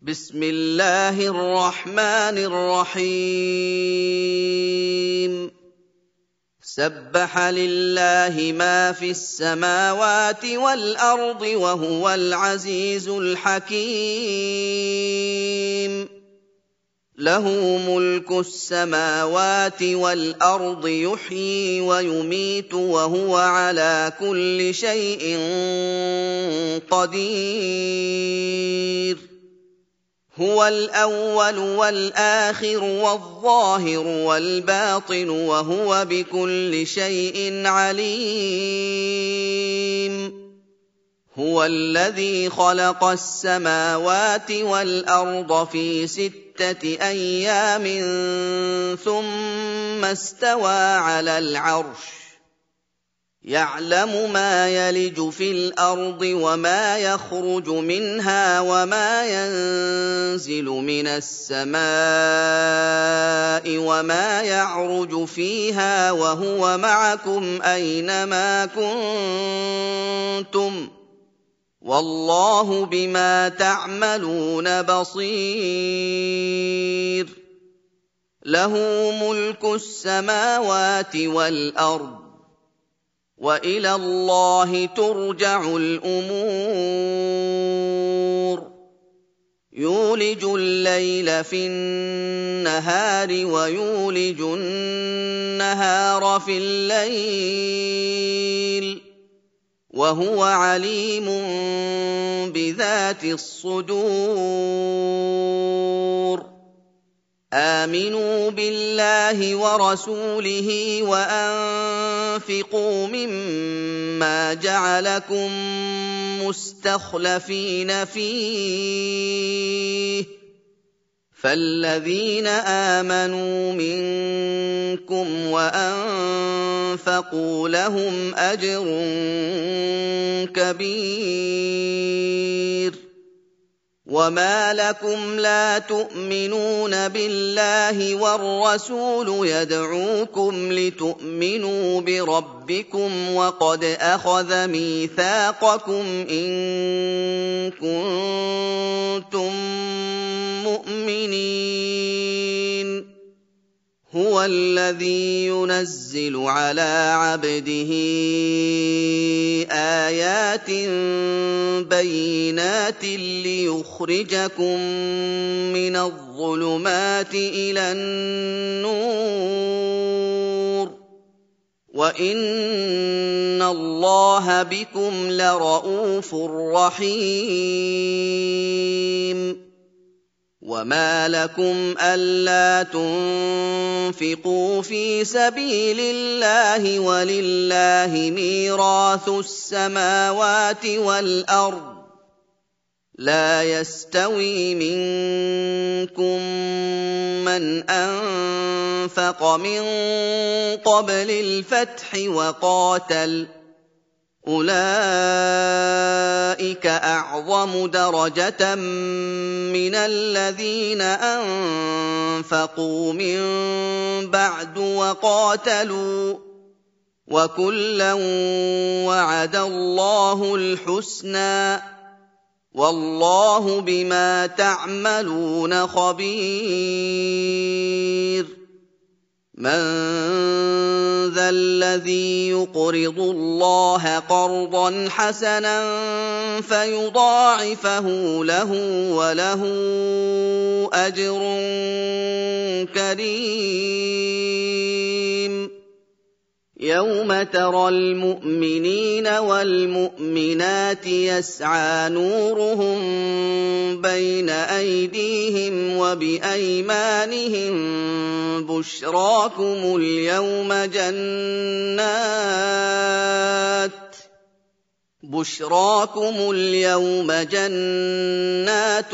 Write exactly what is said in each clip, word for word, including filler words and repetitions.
بسم الله الرحمن الرحيم سبح لله ما في السماوات والأرض وهو العزيز الحكيم له ملك السماوات والأرض يحيي ويميت وهو على كل شيء قدير هو الأول والآخر والظاهر والباطن وهو بكل شيء عليم هو الذي خلق السماوات والأرض في ستة أيام ثم استوى على العرش يعلم ما يلج في الأرض وما يخرج منها وما ينزل من السماء وما يعرج فيها وهو معكم أينما كنتم والله بما تعملون بصير له ملك السماوات والأرض وإلى الله ترجع الأمور يولج الليل في النهار ويولج النهار في الليل وهو عليم بذات الصدور آمنوا بالله ورسوله وأنفقوا مما جعلكم مستخلفين فيه فالذين آمنوا منكم وأنفقوا لهم أجر كبير وما لكم لا تؤمنون بالله والرسول يدعوكم لتؤمنوا بربكم وقد أخذ ميثاقكم إن كنتم مؤمنين هو الذي ينزل على عبده آيات بينات ليخرجكم من الظلمات إلى النور وإن الله بكم لرءوف رحيم وما لكم ألا تنفقوا في سبيل الله ولله ميراث السماوات والأرض لا يستوي منكم من أنفق من قبل الفتح وقاتل أولئك أعظم درجة من الذين أنفقوا من بعد وقاتلوا وكلا وعد الله الحسنى والله بما تعملون خبير من ذا الذي يقرض الله قرضا حسنا فيضاعفه له وله أجر كريم يوم ترى المؤمنين والمؤمنات يسعى نورهم بين أيديهم وبأيمانهم بشراكم اليوم جنات بشراكم اليوم جنات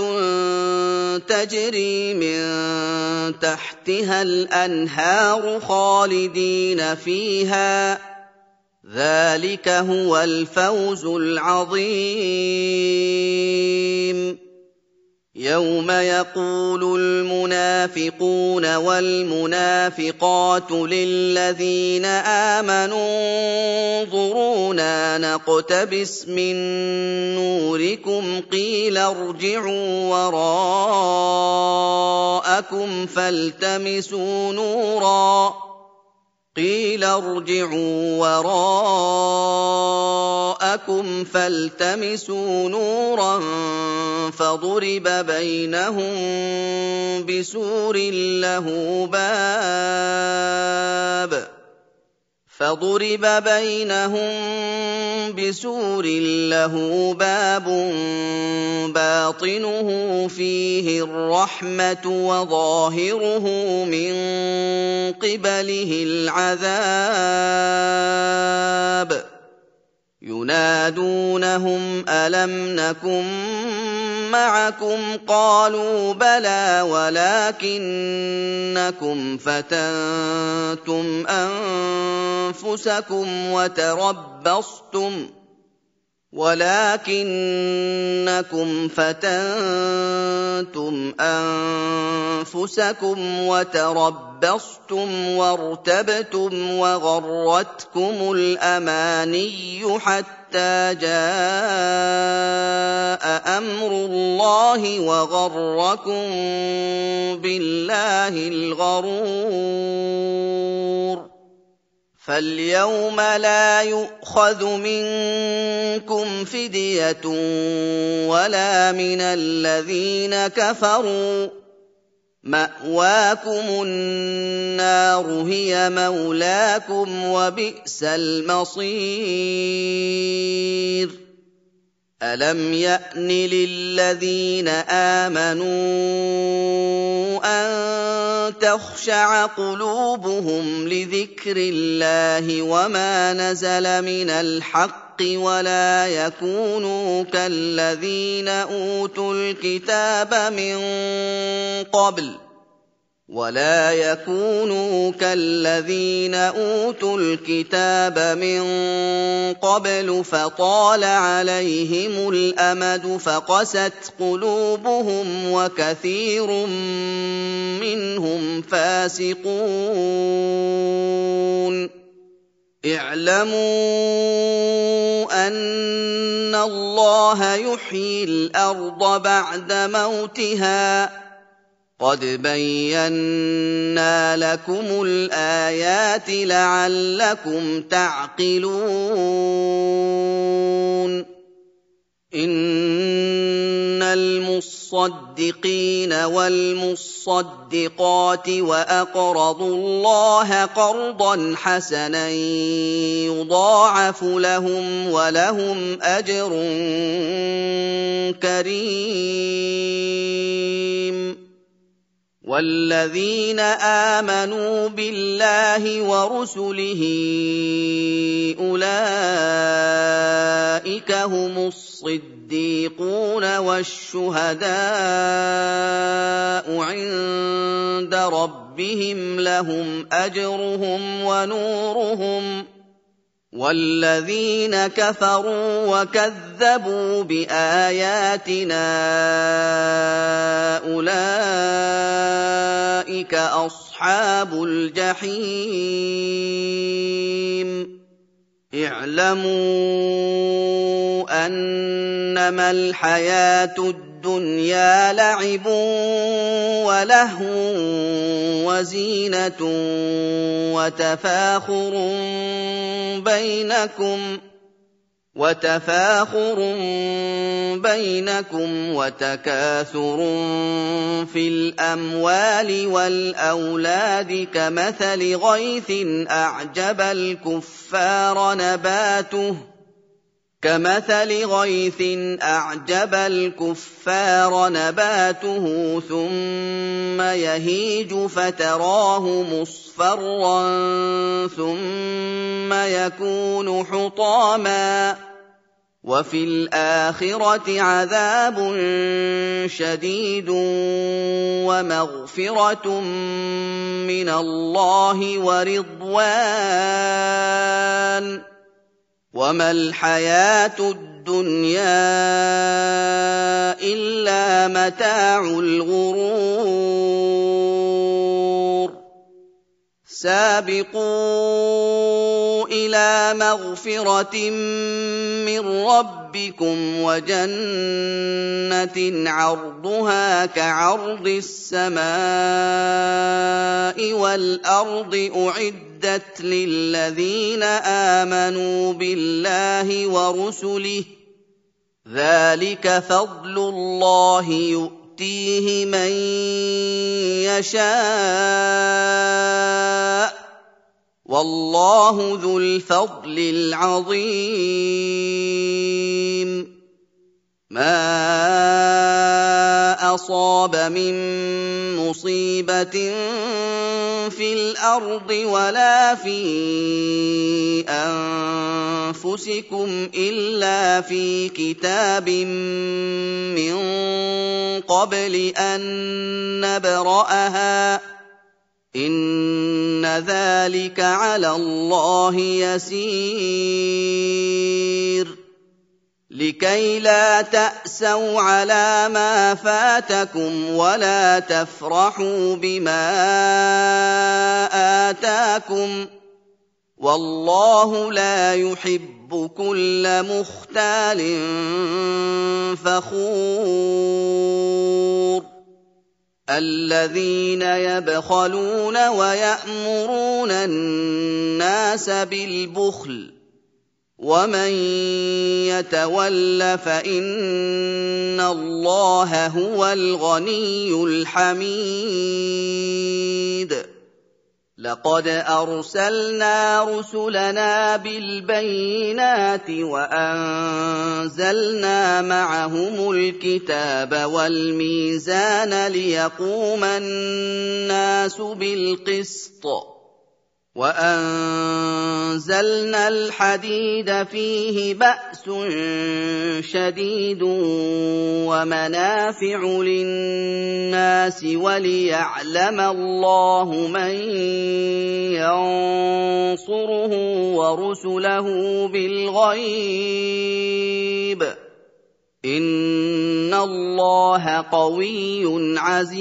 تجري من تحتها الأنهار خالدين فيها ذلك هو الفوز العظيم يَوْمَ يَقُولُ الْمُنَافِقُونَ وَالْمُنَافِقَاتُ لِلَّذِينَ آمَنُوا انظُرُونَا نَقْتَبِسْ مِن نُّورِكُمْ قِيلَ ارْجِعُوا وَرَاءَكُمْ فَالْتَمِسُوا نُورًا قِيلَ ارْجِعُوا وَرَاءَكُمْ فَالْتَمِسُوا نُورًا فَضُرِبَ بَيْنَهُم بِسُورٍ لَّهُ بَابٌ فَضُرِبَ بَيْنَهُم بِسُورٍ لَّهُ بَابٌ بَاطِنُهُ فِيهِ الرَّحْمَةُ وَظَاهِرُهُ مِن قِبَلِهِ الْعَذَابُ يُنَادُونَهُمْ أَلَمْ نَكُن مَّعَكُمْ ۖ قَالُوا بَلَىٰ وَلَٰكِنَّكُمْ فَتَنتُمْ أَنفُسَكُمْ وَتَرَبَّصْتُمْ ولكنكم فتنتم أنفسكم وتربصتم وارتبتم وغرتكم الأماني حتى جاء أمر الله وغركم بالله الغرور فاليوم لا يؤخذ منكم فدية ولا من الذين كفروا مأواكم النار هي مولاكم وبئس المصير ألم يأن للذين آمنوا أن تخشع قلوبهم لذكر الله وما نزل من الحق ولا يكونوا كالذين أوتوا الكتاب من قبل ولا يكونوا كالذين أوتوا الكتاب من قبل فطال عليهم الأمد فقست قلوبهم وكثير منهم فاسقون اعلموا أن الله يحيي الأرض بعد موتها قد بينا لكم الآيات لعلكم تعقلون إن المصدقين والمصدقات وأقرضوا الله قرضا حسنا يضاعف لهم ولهم أجر كريم والذين آمنوا بالله ورسله أولئك هم الصديقون والشهداء عند ربهم لهم أجرهم ونورهم والذين كفروا وكذبوا بآياتنا أولئك أصحاب الجحيم اعلموا أنما الحياة الدنيا لعب ولهو وزينة وتفاخر بينكم وتفاخر بينكم وتكاثر في الأموال والأولاد كمثل غيث أعجب الكفار نباته كمثل غيث أعجب الكفار نباته ثم يهيج فتراه مصفرا ثم يكون حطاما وفي الآخرة عذاب شديد ومغفرة من الله ورضوان وما الحياة الدنيا إلا إِلَّا مَتَاعُ الْغُرُورِ سَابِقُوا إِلَىٰ مَغْفِرَةٍ مِّن رَّبِّكُمْ وَجَنَّةٍ عَرْضُهَا كَعَرْضِ السَّمَاءِ وَالْأَرْضِ أُعِدَّتْ لِلَّذِينَ آمَنُوا بِاللَّهِ وَرُسُلِهِ ۚ ذَٰلِكَ فَضْلُ اللَّهِ يُؤْتِيهِ مَن يَشَاءُ ۚ وَاللَّهُ ذُو الْفَضْلِ الْعَظِيمِ. مَا أَصَابَ مِن مُّصِيبَةٍ فِي الْأَرْضِ وَلَا فِي أَنفُسِكُمْ إِلَّا فِي كِتَابٍ مِّن قَبْلِ أَن نَّبْرَأَهَا ۚ إِنَّ ذَٰلِكَ عَلَى اللَّهِ يَسِيرٌ. لِكَيْ لَا تَأْسَوْا عَلَىٰ مَا فَاتَكُمْ وَلَا تَفْرَحُوا بِمَا آتَاكُمْ ۗ وَاللَّهُ لَا يُحِبُّ كُلَّ مُخْتَالٍ فَخُورٍ. الَّذِينَ يَبْخَلُونَ وَيَأْمُرُونَ النَّاسَ بِالْبُخْلِ ۗ وَمَن يَتَوَلَّ فَإِنَّ اللَّهَ هُوَ الْغَنِيُّ الْحَمِيدُ. لَقَدْ أَرْسَلْنَا رُسُلَنَا بِالْبَيِّنَاتِ وَأَنزَلْنَا مَعَهُمُ الْكِتَابَ وَالْمِيزَانَ لِيَقُومَ النَّاسُ بِالْقِسْطِ ۖ وَأَنزَلْنَا الْحَدِيدَ فِيهِ بَأْسٌ شَدِيدٌ وَمَنَافِعُ لِلنَّاسِ وَلِيَعْلَمَ اللَّهُ مَن يَنصُرُهُ وَرُسُلَهُ بِالْغَيْبِ ۚ إِنَّ اللَّهَ قَوِيٌّ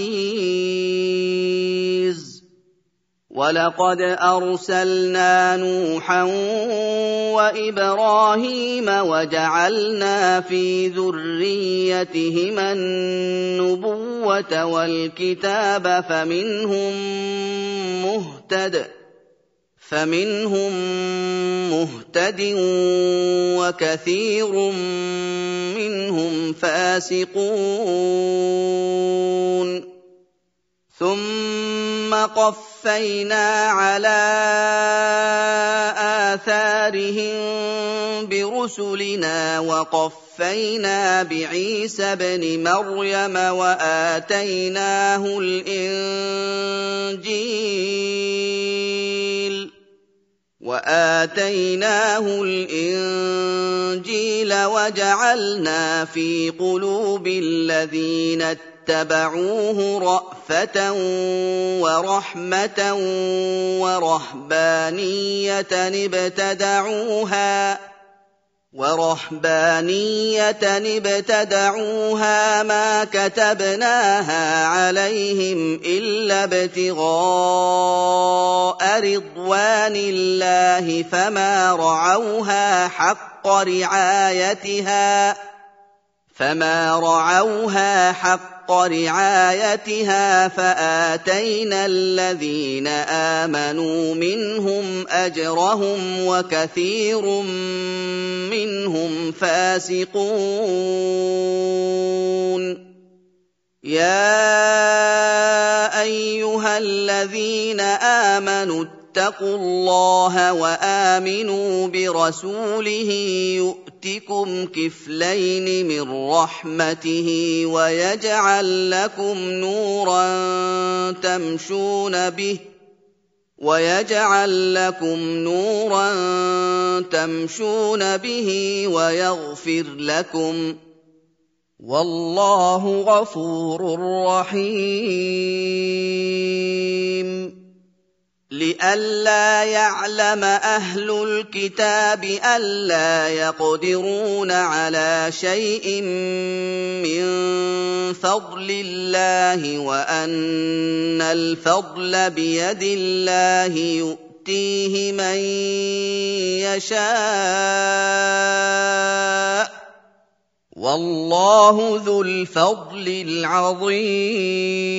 عَزِيزٌ. وَلَقَدْ أَرْسَلْنَا نُوحًا وَإِبْرَاهِيمَ وَجَعَلْنَا فِي ذُرِّيَّتِهِمَا النُّبُوَّةَ وَالْكِتَابَ فَمِنْهُم مُّهْتَدٍ فَمِنْهُم مُّهْتَدٍ وَكَثِيرٌ مِّنْهُمْ فَاسِقُونَ. ثُمَّ قَفَّيْنَا عَلَىٰ آثَارِهِم بِرُسُلِنَا وَقَفَّيْنَا بِعِيسَى ابْنِ مَرْيَمَ وَآتَيْنَاهُ الْإِنجِيلَ وَآتَيْنَاهُ الْإِنجِيلَ وَجَعَلْنَا فِي قُلُوبِ الَّذِينَ اتَّبَعُوهُ رَأْفَةً وَرَحْمَةً وَرَهْبَانِيَّةً ابْتَدَعُوهَا وَرَهْبَانِيَّةً ابْتَدَعُوهَا مَا كَتَبْنَاهَا عَلَيْهِمْ إِلَّا ابْتِغَاءَ رِضْوَانِ اللَّهِ فَمَا رَعَوْهَا حَقَّ رِعَايَتِهَا فَمَا رَعَوْهَا حَقَّ رِعَايَتِهَا فَآتَيْنَا الَّذِينَ آمَنُوا مِنْهُمْ أَجْرَهُمْ وَكَثِيرٌ مِّنْهُمْ فَاسِقُونَ. يَا أَيُّهَا الَّذِينَ آمَنُوا اتَّقُوا اللَّهَ وَآمِنُوا بِرَسُولِهِ يُؤْتِكُمْ كِفْلَيْنِ مِن رَّحْمَتِهِ وَيَجْعَل لَّكُمْ نُورًا تَمْشُونَ بِهِ وَيَجْعَل لَّكُمْ نُورًا تَمْشُونَ بِهِ وَيَغْفِرْ لَكُمْ ۚ وَاللَّهُ غَفُورٌ رَّحِيمٌ. لِّئَلَّا يَعْلَمَ أَهْلُ الْكِتَابِ أَلَّا يَقْدِرُونَ عَلَىٰ شَيْءٍ مِّن فضل الله وأن الفضل بيد الله يؤتيه من يشاء والله ذو الفضل العظيم.